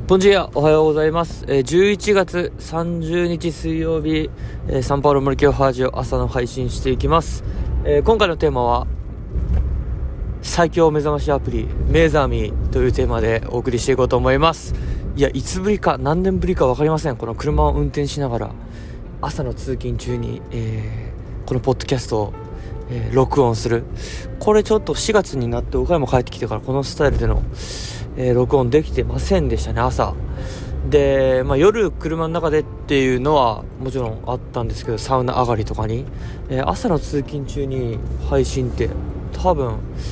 ボンジーア、おはようございます。11月30日水曜日、サンパウロ森京ハージを朝の配信していきます。今回のテーマは最強目覚ましアプリメザミというテーマでお送りしていこうと思います。いや、いつぶりか何年ぶりか分かりません。この車を運転しながら朝の通勤中に、このポッドキャストを、録音する。これちょっと4月になって岡山帰ってきてからこのスタイルでの録音できてませんでしたね。朝で、夜車の中でっていうのはもちろんあったんですけど、サウナ上がりとかに、朝の通勤中に配信って多分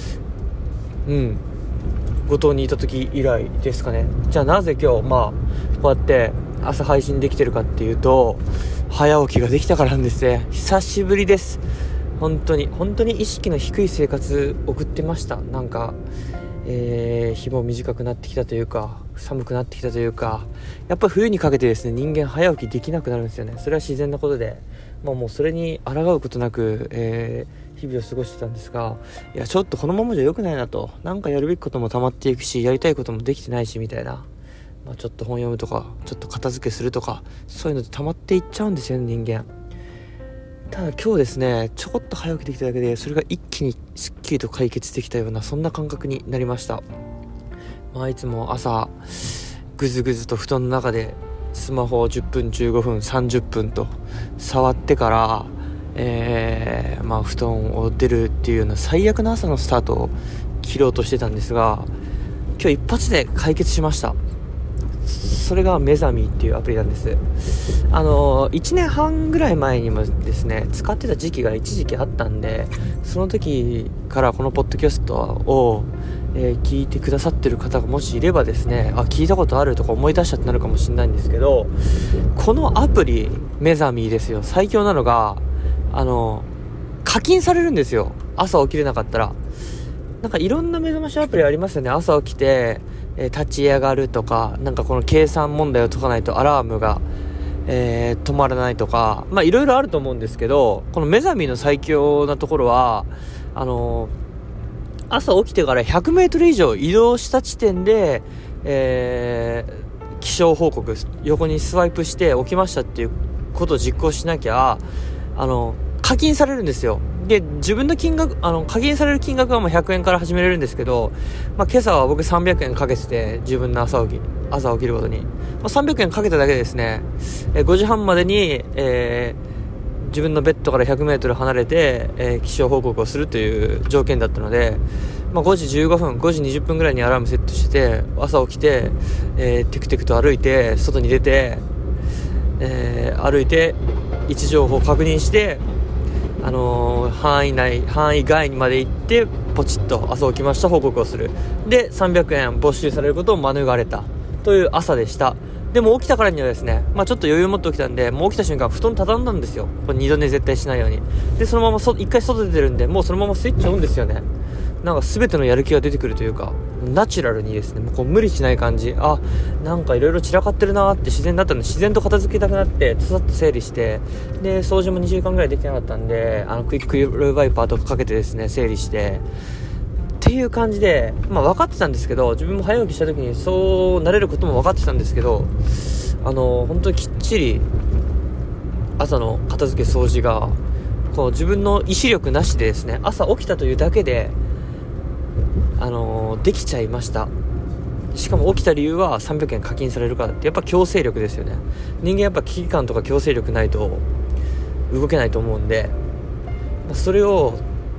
五島にいた時以来ですかね。じゃあなぜ今日こうやって朝配信できてるかっていうと、早起きができたからなんですね。久しぶりです。本当に意識の低い生活送ってました。なんか日も短くなってきたというか、寒くなってきたというか、やっぱり冬にかけてですね、人間早起きできなくなるんですよね。それは自然なことで、もうそれに抗うことなく、日々を過ごしてたんですが、いやちょっとこのままじゃ良くないなと、なんかやるべきことも溜まっていくし、やりたいこともできてないしみたいな、ちょっと本読むとか、ちょっと片付けするとか、そういうので溜まっていっちゃうんですよね、人間。ただ今日ですね、ちょこっと早起きできただけでそれが一気にすっきりと解決できたような、そんな感覚になりました。いつも朝ぐずぐずと布団の中でスマホを10分15分30分と触ってから、布団を出るっていうような最悪な朝のスタートを切ろうとしてたんですが、今日一発で解決しました。それがメザミっていうアプリなんです。1年半ぐらい前にもですね、使ってた時期が一時期あったんで、その時からこのポッドキャストを、聞いてくださってる方がもしいればですね、聞いたことあるとか思い出したってなるかもしれないんですけど、このアプリメザミですよ。最強なのが課金されるんですよ。朝起きれなかったら。なんかいろんな目覚ましアプリありますよね。朝起きて立ち上がるとか、なんかこの計算問題を解かないとアラームが、止まらないとか、いろいろあると思うんですけど、このメザミの最強なところは朝起きてから100メートル以上移動した地点で、気象報告、横にスワイプして起きましたっていうことを実行しなきゃ課金されるんですよ。で、自分の金額、課金される金額は100円から始めれるんですけど、今朝は僕300円かけてて、自分の朝起きることに、300円かけただけでですね、5時半までに、自分のベッドから100メートル離れて、気象報告をするという条件だったので、5時15分、5時20分ぐらいにアラームセットして、朝起きて、テクテクと歩いて、外に出て、歩いて、位置情報を確認して、範囲外にまで行ってポチッと朝起きました報告をする。で300円没収されることを免れたという朝でした。でも起きたからにはですね、ちょっと余裕持って起きたんで、もう起きた瞬間布団畳んだんですよ。これ二度寝絶対しないように。でそのまま一回外出てるんで、もうそのままスイッチオンですよね。なんか全てのやる気が出てくるというか、ナチュラルにですね、もう無理しない感じ。なんかいろいろ散らかってるなーって自然だったので、自然と片付けたくなってさっと整理して、で掃除も2時間ぐらいできなかったんで、クイックルワイパーとかかけてですね、整理してっていう感じで、分かってたんですけど、自分も早起きした時にそうなれることも分かってたんですけど、本当にきっちり朝の片付け掃除がこう自分の意志力なしでですね、朝起きたというだけでできちゃいました。しかも起きた理由は300円課金されるからって、やっぱ強制力ですよね。人間やっぱ危機感とか強制力ないと動けないと思うんで、それを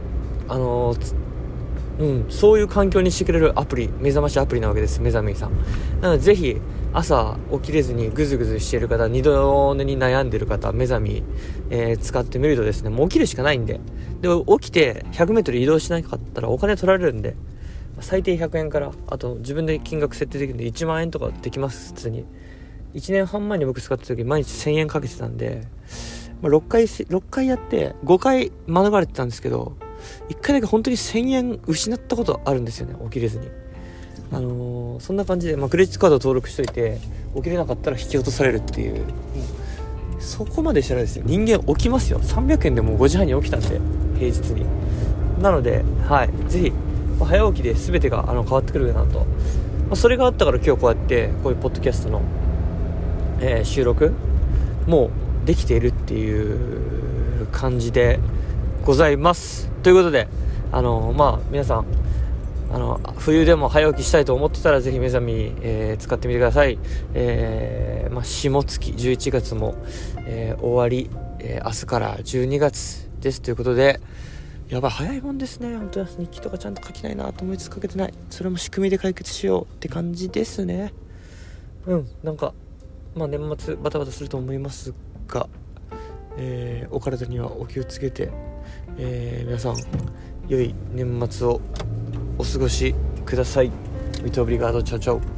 そういう環境にしてくれるアプリ、目覚ましアプリなわけです、メザミさん。なのでぜひ朝起きれずにグズグズしている方、二度寝に悩んでいる方、メザミ、使ってみるとですね、もう起きるしかないんで、起きて100メートル移動しなかったらお金取られるんで、最低100円から、あと自分で金額設定できるんで1万円とかできます。普通に1年半前に僕使った時毎日1000円かけてたんで、6回やって5回免れてたんですけど、1回だけ本当に1000円失ったことあるんですよね、起きれずに。そんな感じで、クレジットカードを登録しといて、起きれなかったら引き落とされるっていう、そこまで知らないですよ。人間起きますよ。300円でもう5時半に起きたんで、平日に。なのでぜひ早起きで全てが変わってくるなとそれがあったから今日こうやってこういうポッドキャストの、収録もうできているっていう感じでございます。ということで皆さん冬でも早起きしたいと思ってたらぜひ目覚み、使ってみてください。下月11月も、終わり、明日から12月ですということで、やばい早いもんですね。本当に日記とかちゃんと書きたいなと思いつつ書けてない。それも仕組みで解決しようって感じですね。年末バタバタすると思いますが、お体にはお気をつけて、皆さん良い年末をお過ごしください。Muito obrigado. Tchau, tchau.